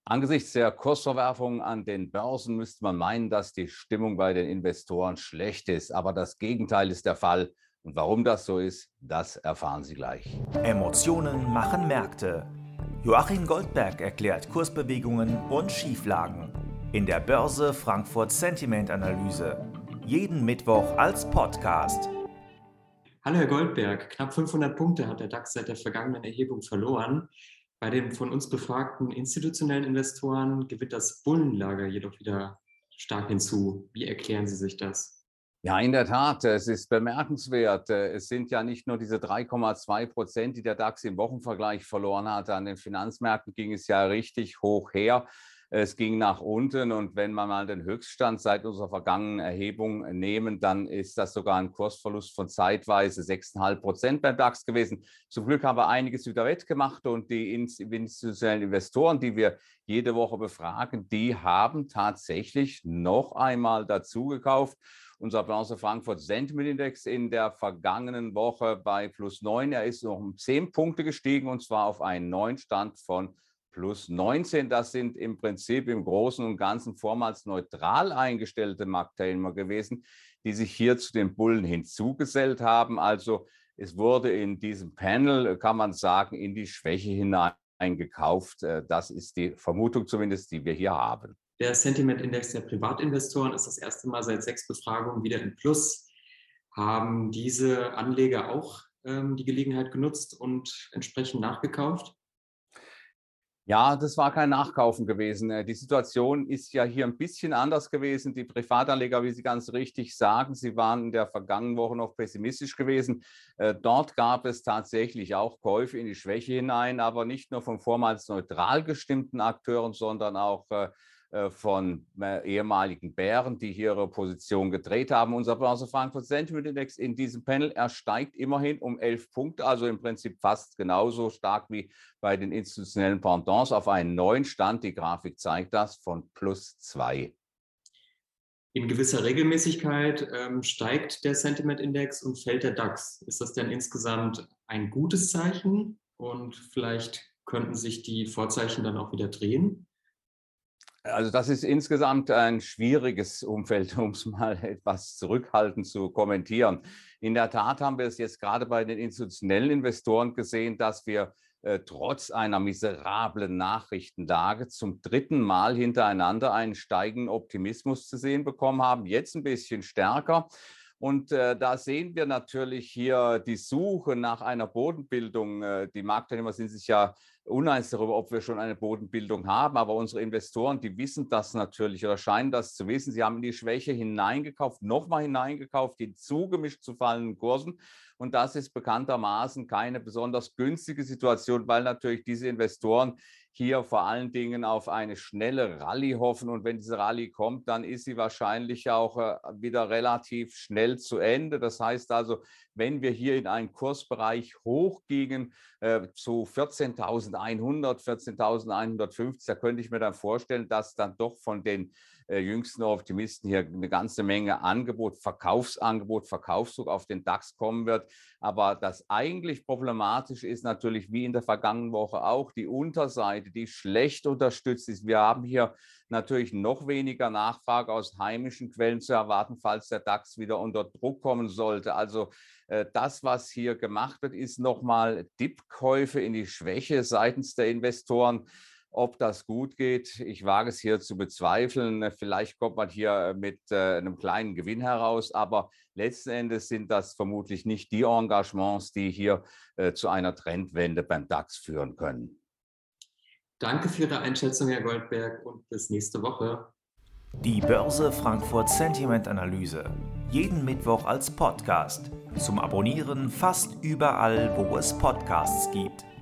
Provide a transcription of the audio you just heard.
Angesichts der Kursverwerfungen an den Börsen müsste man meinen, dass die Stimmung bei den Investoren schlecht ist. Aber das Gegenteil ist der Fall. Und warum das so ist, das erfahren Sie gleich. Emotionen machen Märkte. Joachim Goldberg erklärt Kursbewegungen und Schieflagen in der Börse Frankfurt Sentiment Analyse. Jeden Mittwoch als Podcast. Hallo Herr Goldberg, knapp 500 Punkte hat der DAX seit der vergangenen Erhebung verloren. Bei den von uns befragten institutionellen Investoren gewinnt das Bullenlager jedoch wieder stark hinzu. Wie erklären Sie sich das? Ja, in der Tat, es ist bemerkenswert. Es sind ja nicht nur diese 3,2%, die der DAX im Wochenvergleich verloren hat. An den Finanzmärkten ging es ja richtig hoch her. Es ging nach unten und wenn wir mal den Höchststand seit unserer vergangenen Erhebung nehmen, dann ist das sogar ein Kursverlust von zeitweise 6,5% beim DAX gewesen. Zum Glück haben wir einiges wieder wettgemacht und die institutionellen Investoren, die wir jede Woche befragen, die haben tatsächlich noch einmal dazu gekauft. Unser Börse Frankfurt Sentiment Index in der vergangenen Woche bei +9. Er ist noch um 10 Punkte gestiegen und zwar auf einen neuen Stand von +19. Das sind im Prinzip im Großen und Ganzen vormals neutral eingestellte Marktteilnehmer gewesen, die sich hier zu den Bullen hinzugesellt haben. Also es wurde in diesem Panel, kann man sagen, in die Schwäche hineingekauft. Das ist die Vermutung zumindest, die wir hier haben. Der Sentiment-Index der Privatinvestoren ist das erste Mal seit 6 Befragungen wieder im Plus. Haben diese Anleger auch die Gelegenheit genutzt und entsprechend nachgekauft? Ja, das war kein Nachkaufen gewesen. Die Situation ist ja hier ein bisschen anders gewesen. Die Privatanleger, wie Sie ganz richtig sagen, sie waren in der vergangenen Woche noch pessimistisch gewesen. Dort gab es tatsächlich auch Käufe in die Schwäche hinein, aber nicht nur von vormals neutral gestimmten Akteuren, sondern auch von ehemaligen Bären, die hier ihre Position gedreht haben. Unser Börse Frankfurt Sentiment Index in diesem Panel, er steigt immerhin um 11 Punkte, also im Prinzip fast genauso stark wie bei den institutionellen Pendants auf einen neuen Stand. Die Grafik zeigt das von +2. In gewisser Regelmäßigkeit steigt der Sentiment-Index und fällt der DAX. Ist das denn insgesamt ein gutes Zeichen? Und vielleicht könnten sich die Vorzeichen dann auch wieder drehen? Also das ist insgesamt ein schwieriges Umfeld, um es mal etwas zurückhaltend zu kommentieren. In der Tat haben wir es jetzt gerade bei den institutionellen Investoren gesehen, dass wir trotz einer miserablen Nachrichtenlage zum 3. Mal hintereinander einen steigenden Optimismus zu sehen bekommen haben, jetzt ein bisschen stärker. Und da sehen wir natürlich hier die Suche nach einer Bodenbildung. Die Marktteilnehmer sind sich ja uneins darüber, ob wir schon eine Bodenbildung haben. Aber unsere Investoren, die wissen das natürlich oder scheinen das zu wissen. Sie haben in die Schwäche hineingekauft, nochmal hineingekauft, hinzugemischt zu fallenden Kursen. Und das ist bekanntermaßen keine besonders günstige Situation, weil natürlich diese Investoren hier vor allen Dingen auf eine schnelle Rallye hoffen. Und wenn diese Rallye kommt, dann ist sie wahrscheinlich auch wieder relativ schnell zu Ende. Das heißt also, wenn wir hier in einen Kursbereich hochgingen zu 14.100, 14.150, da könnte ich mir dann vorstellen, dass dann doch von den jüngsten Optimisten hier eine ganze Menge Verkaufsdruck auf den DAX kommen wird. Aber das eigentlich Problematische ist natürlich, wie in der vergangenen Woche auch, die Unterseite, die schlecht unterstützt ist. Wir haben hier natürlich noch weniger Nachfrage aus heimischen Quellen zu erwarten, falls der DAX wieder unter Druck kommen sollte. Also das, was hier gemacht wird, ist nochmal Dip-Käufe in die Schwäche seitens der Investoren. Ob das gut geht, ich wage es hier zu bezweifeln. Vielleicht kommt man hier mit einem kleinen Gewinn heraus, aber letzten Endes sind das vermutlich nicht die Engagements, die hier zu einer Trendwende beim DAX führen können. Danke für Ihre Einschätzung, Herr Goldberg, und bis nächste Woche. Die Börse Frankfurt Sentiment Analyse. Jeden Mittwoch als Podcast. Zum Abonnieren fast überall, wo es Podcasts gibt.